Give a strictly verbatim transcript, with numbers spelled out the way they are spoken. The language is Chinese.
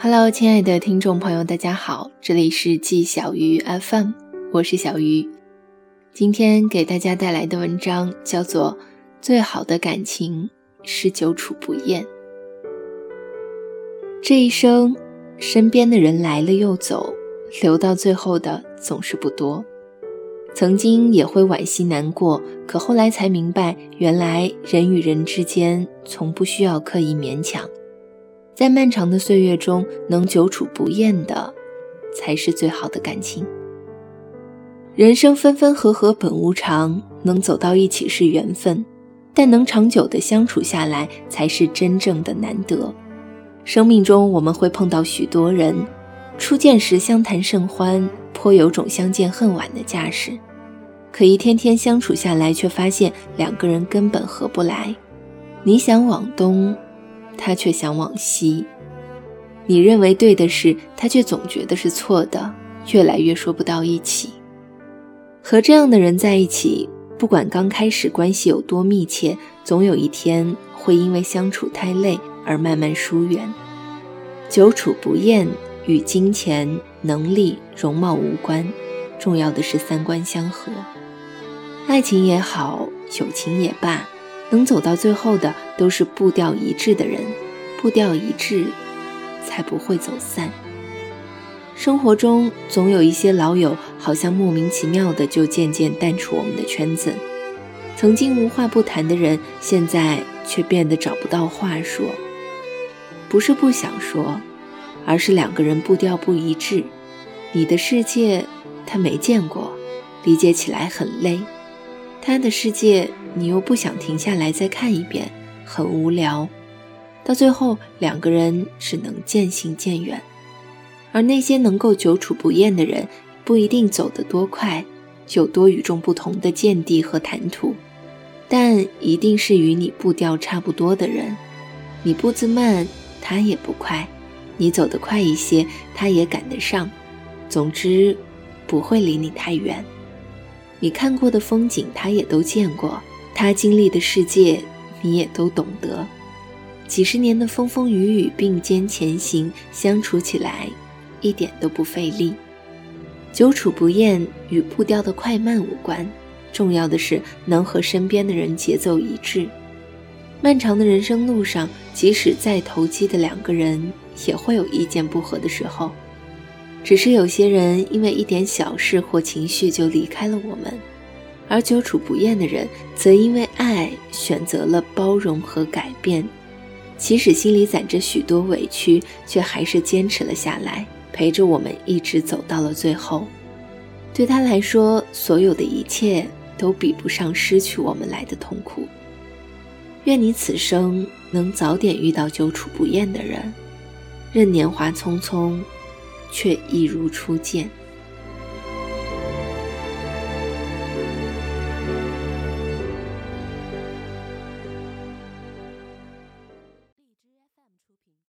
Hello， 亲爱的听众朋友，大家好，这里是季小鱼 F M， 我是小鱼。今天给大家带来的文章叫做《最好的感情是久处不厌》。这一生，身边的人来了又走，留到最后的总是不多。曾经也会惋惜难过，可后来才明白，原来人与人之间从不需要刻意勉强。在漫长的岁月中，能久处不厌的才是最好的感情。人生分分合合本无常，能走到一起是缘分，但能长久的相处下来才是真正的难得。生命中我们会碰到许多人，初见时相谈甚欢，颇有种相见恨晚的架势，可一天天相处下来，却发现两个人根本合不来。你想往东，他却想往西，你认为对的事，他却总觉得是错的，越来越说不到一起。和这样的人在一起，不管刚开始关系有多密切，总有一天会因为相处太累而慢慢疏远。久处不厌与金钱、能力、容貌无关，重要的是三观相合。爱情也好，友情也罢，能走到最后的都是步调一致的人，步调一致才不会走散。生活中总有一些老友，好像莫名其妙的就渐渐淡出我们的圈子。曾经无话不谈的人，现在却变得找不到话说。不是不想说，而是两个人步调不一致。你的世界他没见过，理解起来很累；他的世界你又不想停下来再看一遍，很无聊。到最后两个人只能渐行渐远。而那些能够久处不厌的人，不一定走得多快，有多与众不同的见地和谈吐，但一定是与你步调差不多的人。你步子慢，他也不快；你走得快一些，他也赶得上。总之不会离你太远。你看过的风景他也都见过，他经历的世界你也都懂得。几十年的风风雨雨并肩前行，相处起来一点都不费力。久处不厌与步调的快慢无关，重要的是能和身边的人节奏一致。漫长的人生路上，即使再投机的两个人，也会有意见不合的时候。只是有些人因为一点小事或情绪就离开了我们，而久处不厌的人则因为爱选择了包容和改变，即使心里攒着许多委屈，却还是坚持了下来，陪着我们一直走到了最后。对他来说，所有的一切都比不上失去我们来的痛苦。愿你此生能早点遇到久处不厌的人，任年华匆匆，却一如初见。